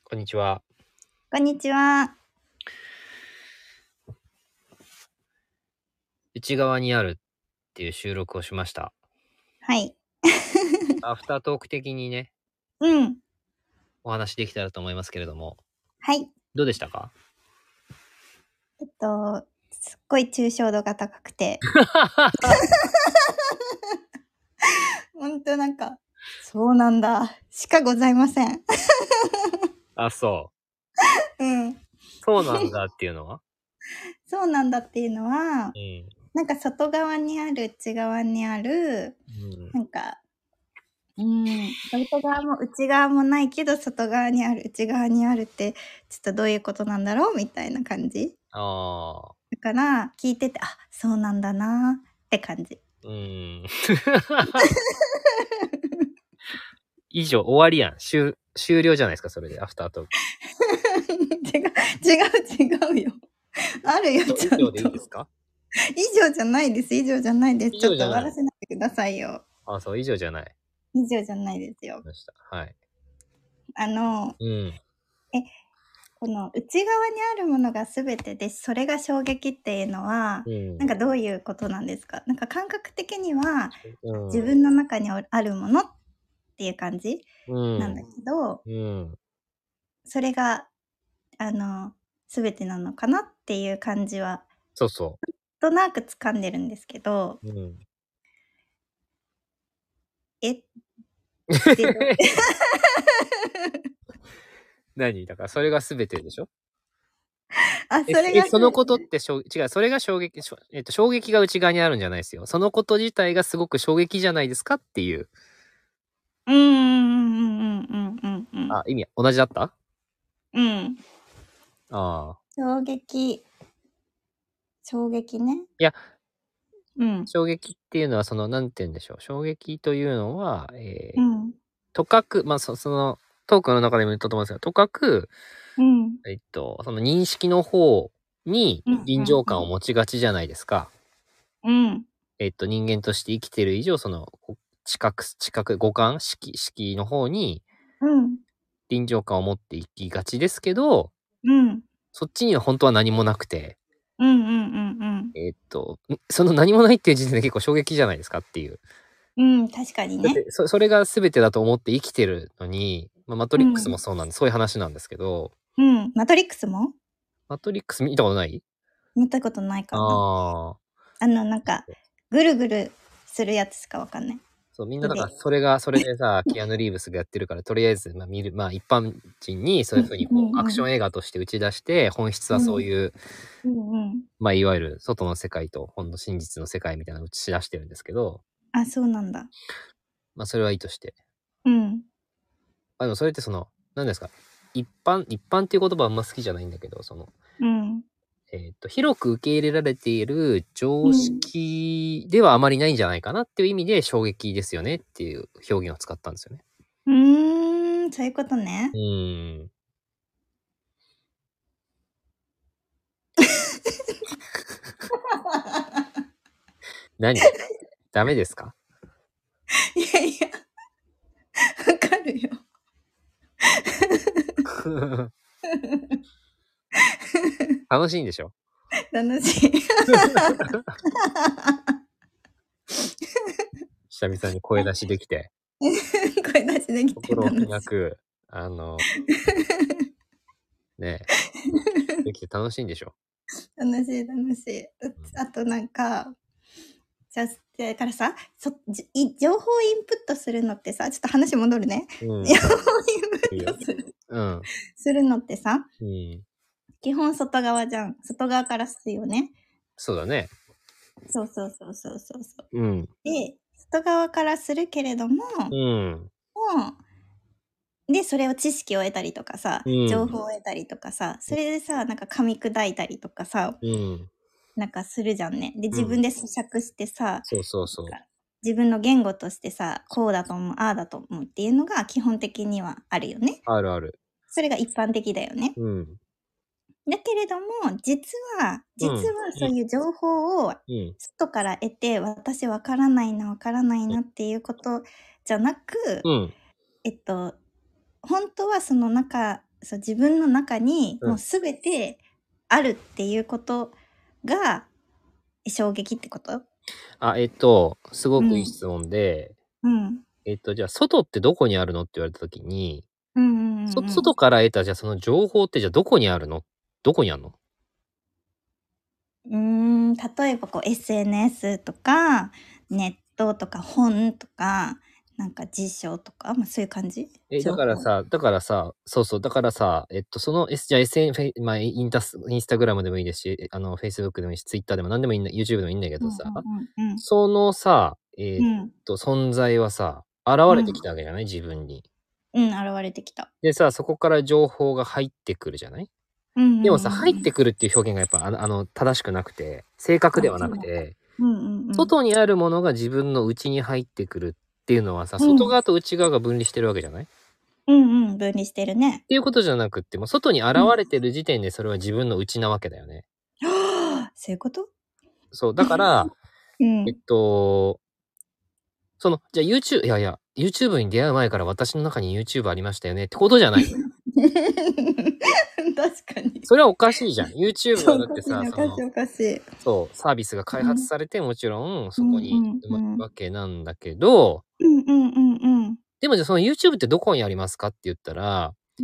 こんにちは。 こんにちは。 内側にあるっていう収録をしました。 はい。 アフタートーク的にね、 うん。 お話できたらと思いますけれども、 はい。 どうでしたか？ すっごい抽象度が高くて、ほんとなんか、そうなんだ、しかございません。 あ、そう。 うん。 そうなんだっていうのは？ そうなんだっていうのは、 うん。 なんか外側にある、内側にある、 うん。 なんか、外側も内側もないけど、外側にある、内側にあるって、ちょっとどういうことなんだろうみたいな感じ。 ああ。 だから、聞いてて、あ、そうなんだなって感じ。 以上、終わりやん。終了じゃないですか、それで、アフタートーク。 違うよ。あるよ、ちゃ以上でいいんと。 ですか？ 以上じゃないです。以上じゃないです。ちょっと終わ以上じゃない。 らせないでくださいよ。 あ、そう、以上じゃない。 以上じゃないですよ。 ました。はい。 あの、 うん。 え、この内側にあるものが全てで、それが衝撃っていうのは、 うん。 なんかどういうことなんですか？なんか感覚的には、自うん。 分の中にあるものっていう感じうなんだん。 けど、 うん。 それが、全てなのかなっていう感じは、 そうそとなく掴んでるんですけど、 う。うん。 えで何だからそれが全てでしょ？ あ、それがそのことって違う、それが衝撃、衝撃が内側にあるんじゃないですよ。そのこと自体がすごく衝撃じゃないですかっていう。 うんうんうんうんうんうんあ、意味同じだった？ うん。うん。 ああ。 衝撃ね。 いや、 うん。 衝撃っていうのは、なんて言うんでしょう。衝撃というのは、 うん。 とかく、まあ、トークの中でも言ったと思うんですが、とかく、 うん。 その認識の方にうんう臨場感をんうん。 持ちがちじゃないですか。 うん。 人間として生きてる以上、知覚、五感、色の方にうん。 臨場感を持っていきがちですけど、 うん。 そっちには本当は何もなくて、 うんうんうんうん。 その何もないっていう時点で結構衝撃じゃないですかっていう。 うん、確かにね。 だって、それが全てだと思って生きてるのに、まあ、マトリックスうん。 もそうなんで、そういう話なんですけど、 うん。マトリックスもマトリックス見たことない？ 見たことないかな。 ああ。 なんか、ぐるぐるするやつしかわかんない。 そう、みんなだから腕。 それでさ、キアヌ・リーブスがやってるから、とりあえず、まあ見る、まあ一般人にそういう風にうアクションんうん。 映画として打ち出して、本質はうん。 そういう、 うんうん。 まあいわゆる外の世界と本の真実の世界みたいなのを打ち出してるんですけど、 あ、そうなんだ。 まあそれはいいとして。 うん。 あ、でもそれって何ですか？一般っていう言葉はあんま好きじゃないんだけど、 うん。 広く受け入れられている常うん。 識ではあまりないんじゃないかなっていう意味で衝撃ですよねっていう表現を使ったんですよね。 そういうことね。 うーん。何？ダメですか？ いやいや、わかるよ。 楽しいんでしょ？ 楽しい。 久々に声出しできて、 声出しできて心置き楽しい。 なく、ねえ、できて楽しいんでしょ？ 楽しい楽しい。 うん。 あとなんか、だからさ、情報インプットするのってさ、ちょっと話戻るね。 うん。 情報インプいいよ。 ットうん。 するのってさ、 うん。 基本外側じゃん。外側からするよね。 そうだね。 そうそうそうそうそうそう。 うん。 で、外側からするけれども、 うん。 で、それを知識を得たりとかさ、 うん。 情報を得たりとかさ、それでさ、なんか噛み砕いたりとかさ、 うん。 なんかするじゃんね。で、 うん。 自分で咀嚼してさ、 そうそうそなんか自分の言語としてさ、こうだと思う、ああだと思うっていうのが基本的にはあるよね。 う。あるある。 それが一般的だよね。 うん。 だけれども、 うん。 実はそういう情報をうん。 外から得て、私わからないな、わからないなっていうことじゃなく、 うん。 えっと、本当はその中、 そう自分の中にうんもうすべてあるっていうことが衝撃ってこと？ あ、すごうんくいい質問で、 うんじゃあ、外ってどこにあるのって言われたときに、 うんうんうん外から得た、じゃあその情報ってじゃあどこにあるの？どこにあるの？ 例えばこう SNS とかネットとか本とかなんか辞書とか、まあ、そういう感じ？ だ情報。 からさ、そうそう、だからさ、じゃあ まあ、インスタグラムでもいいですし、Facebook でもいいし、Twitter でも何でもいいんだ、YouTube でもいいんだけうんどさ、 うんうんそのさ、 うん存在はさ、現れてきたわけじゃない？自分に。 うん現れてきた。 でさ、そこから情報が入ってくるじゃない？ うんうんうんでもさ、入ってくるっていう表現がやっぱ、正しくなくて、正確ではなくそうだ。 て、 うんうんうん。 外にあるものが自分の内に入ってくるっていうのはさ、 うん外側と内側が分離してるわけじゃない？ うんうん、分離してるね。 っていうことじゃなくって、もう外に現うん。 れてる時点でそれは自分の内なわけだよね。 そういうこと？ そう、だから、 うん。 じゃあ YouTube に出会う前から私の中に YouTube ありましたよねってことじゃないんだよ。 確かに。 それはおかしいじゃん。YouTube そう、 はだってさ、 おかしいね、おかしいおかしい。 そう、サービスが開発されてもちろんそこにうんうんうん。 わけなんだけど、 うんうんうんうん。 でもじゃあその YouTube ってどこにありますかって言ったら、 うん。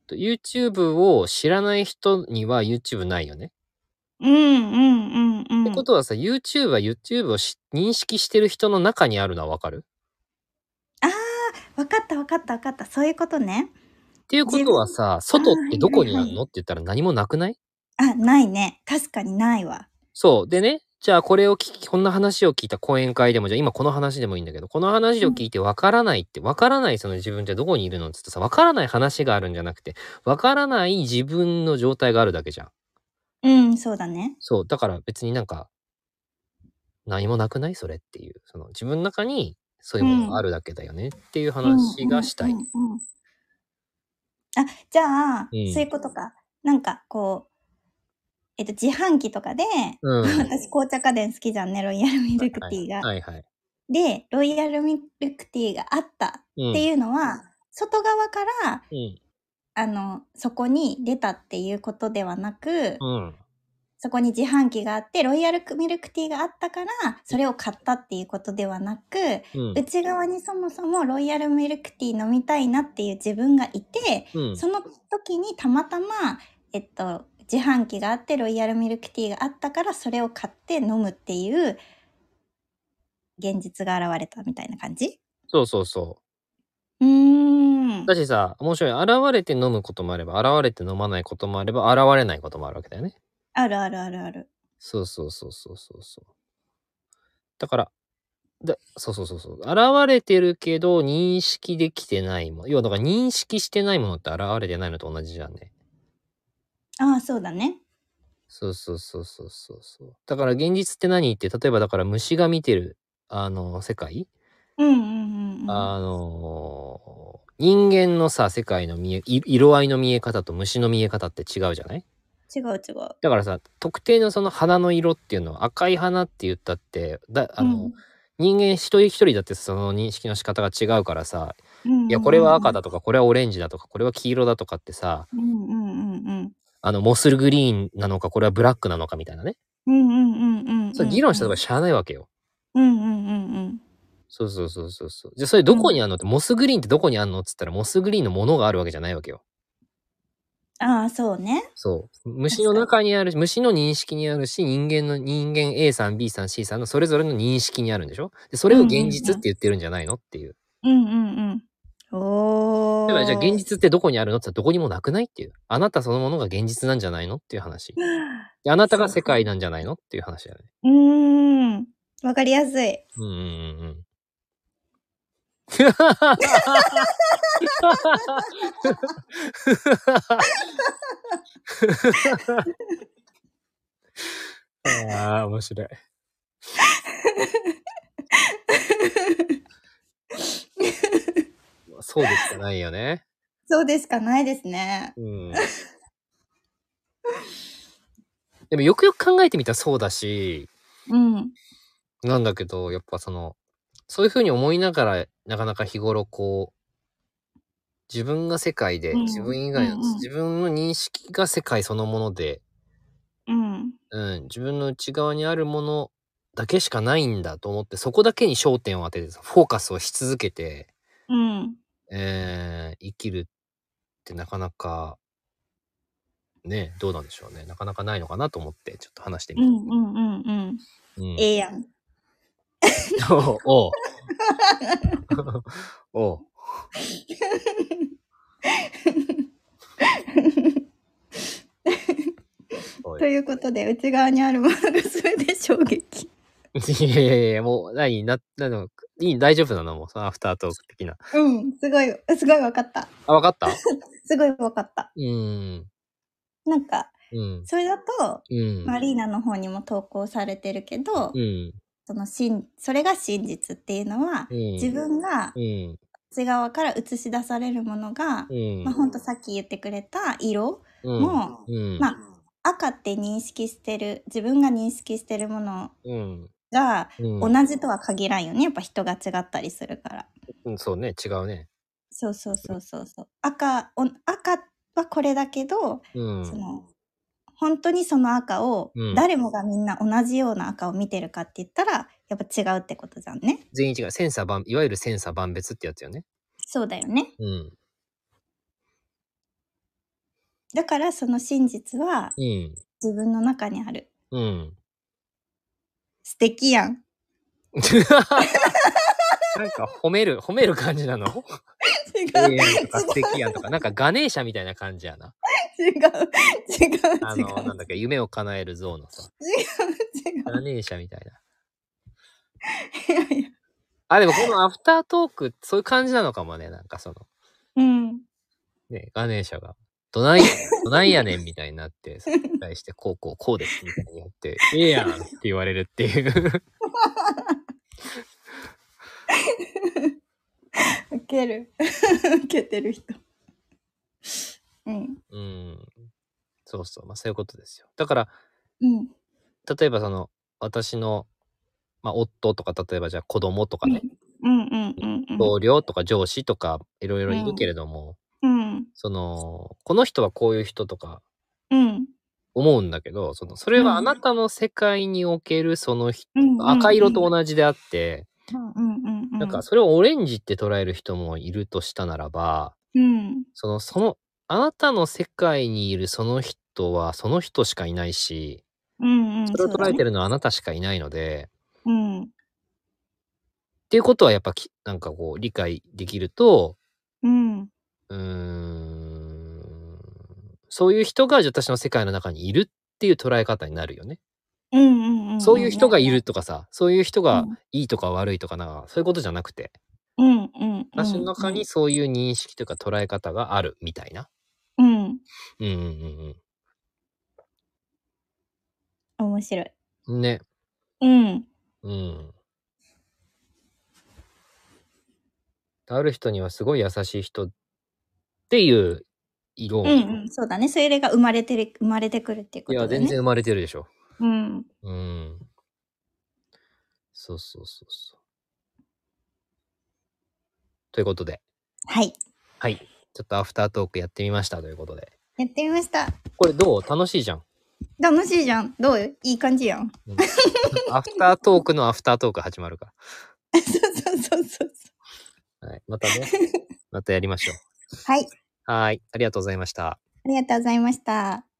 YouTube を知らない人には YouTube ないよね。 うんうんうんっうん。 てことはさ、YouTube は YouTube を認識してる人の中にあるのはわかる？ ああ、わかったわかったわかった。そういうことね。 っていうこ自分とはさ、 ああ、 外ってどこにあんはいはいはい。 のって言ったら何もなくない？ あ、ないね。確かにないわ。 そう。でね、じゃあこんな話を聞いた講演会でも、じゃあ今この話でもいいんだけど、この話うん。 を聞いてわからないその自分じゃどこにいるのって言ってさ、わからない話があるんじゃなくて、わからない自分の状態があるだけじゃん。 うん、そうだね。 そう。だから別になんか、何もなくないそれっていう。その自分の中にそういうものがあうん。 るだけだよねっていううん話うんうがしたい。 んうん。あ、じゃあ、そういうん。 うことか。なんかこう自販機とかで、 うん。 私紅茶家電好きじゃんね、ロイヤルミルクはいティーが。 はい。はいはい。 で、ロイヤルミルクティーがあったっうん。 ていうのは、外側からうん。 そこに出たっていうことではなく、 うん。 そこに自販機があって、ロイヤルミルクティーがあったから、それを買ったっていうことではなく、 うん。 内側にそもそもロイヤルミルクティー飲みたいなっていう自分がいて、 うん。 その時にたまたま、自販機があってロイヤルミルクティーがあったからそれを買って飲むっていう現実が現れたみたいな感じ？ そうそうそう。 うーん。 だしさ、面白い。現れて飲むこともあれば、現れて飲まないこともあれば、現れないこともあるわけだよね。 あるあるあるある。 そうそうそうそうそうそう。だから、そうそうそうそう。現れてるけど、認識できてないもの。要は、だから認識してないものって現れてないのと同じじゃんね。 ああ、そうだね。 そうそうそうそうそうそう。だから現実って何って、例えばだから虫が見てる、世界うんうんうんうん。 人間のさ、世界の色合いの見え方と虫の見え方って違うじゃない？ 違う違う。 だからさ、特定のその花の色っていうのは赤い花って言ったって、 うん。 人間一人一人だってその認識の仕方が違うからさ、いや、 うんうんこれはうんうん。 赤だとか、これはオレンジだとか、これは黄色だとかってさ、 うんうんうんうん。 モスグリーンなのか、これはブラックなのかみたいなね。 うんうんうんうんそれ議うんうん。 論したとかしゃあないわけよ。 うんうんうんうん。 そうそうそうそうそう。じゃあそれどこにあんのって、モスグリーンってどこにあんのっつったら、モスグリーンのものがあるわけじゃないわけよ。 ああ、そうね。 そう。虫の確かに。 中にあるし、虫の認識にあるし、人間 A さん、B さん、C さんのそれぞれの認識にあるんでしょ？で、それをうんうん現実ってうん。 言ってるんじゃないのっていう。 うんうんうん。 だからじゃあおー。 現実ってどこにあるのって言ったらどこにもなくないっていう。あなたそのものが現実なんじゃないのっていう話。で、あなたが世そうか。 界なんじゃないのっていう話だよね。 うーん。わかりやすい。 うんうんうんうん。ああ、面白い。そうでしかないよね。 そうでしかないですね。 うん。でもよくよく考えてみたらそうだし、 うん。 なんだけど、やっぱそういう風に思いながら、なかなか日頃自分が世界で、自分以外の、自分の認識が世界そのもので、自分の内側にあるものだけしかないんだと思って、そこだけに焦点を当てて、フォーカスをし続けて、生きるってなかなか、ね、どうなんでしょうね。なかなかないのかなと思って、ちょっと話してみた。 ええやん。 おう。おう。 ということで、内側にあるものが全て衝撃。 いや、もう、大丈夫なのもう、そのアフタートーク的な。 すごい分かった。 あ、分かった？ すごい分かった。なんか、それだと、マリーナの方にも投稿されてるけど、それが真実っていうのは、自分が内側から映し出されるものが、ほんとさっき言ってくれた色も、赤って認識してる、自分が認識してるものが同じとは限らんよね。やっぱ人が違ったりするから。 そうね、違うね。 そう。赤はこれだけど、本当にその赤を、誰もがみんな同じような赤を見てるかって言ったら、やっぱ違うってことじゃんね。 全員違う。いわゆる千差万別ってやつよね。 そうだよね。だからその真実は、自分の中にある。素敵やん。 なんか褒める感じなの？ 違う。 とか素敵やんとか、なんかガネーシャみたいな感じやな。 違う。 なんだっけ、夢を叶える像のさ。 違う。 ガネーシャみたいな。でもこのアフタートーク、そういう感じなのかもね、なんかね、ガネーシャが、どないやねんみたいになって、それに対してこうですみたいにやって、ええやんって言われるっていう。 ウケてる人。 そう。そういうことですよ。だから、例えば私の、夫とか、例えばじゃあ子供とかね、同僚とか上司とか、いろいろいるけれども、この人はこういう人とか、思うんだけど、それはあなたの世界におけるその人、赤色と同じであって、なんかそれをオレンジって捉える人もいるとしたならば、あなたの世界にいるその人はその人しかいないし、それを捉えてるのはあなたしかいないので、っていうことはやっぱなんかこう理解できると、そういう人が私の世界の中にいるっていう捉え方になるよね。そういう人がいるとかさ、そういう人がいいとか悪いとかそういうことじゃなくて、私の中にそういう認識というか捉え方があるみたいな。 面白い。 ね。ある人にはすごい優しい人っていう色を。 そうだね。それが生まれてくるっていうことだね。 いや、全然生まれてるでしょ。そう。ということで。 はい。 ちょっとアフタートークやってみましたということで。 やってみました。 これどう？楽しいじゃん。 楽しいじゃん。どう？いい感じやん。 アフタートークのアフタートーク始まるから。 そう。 はい。またね。またやりましょう。 はい。 ありがとうございました。 ありがとうございました。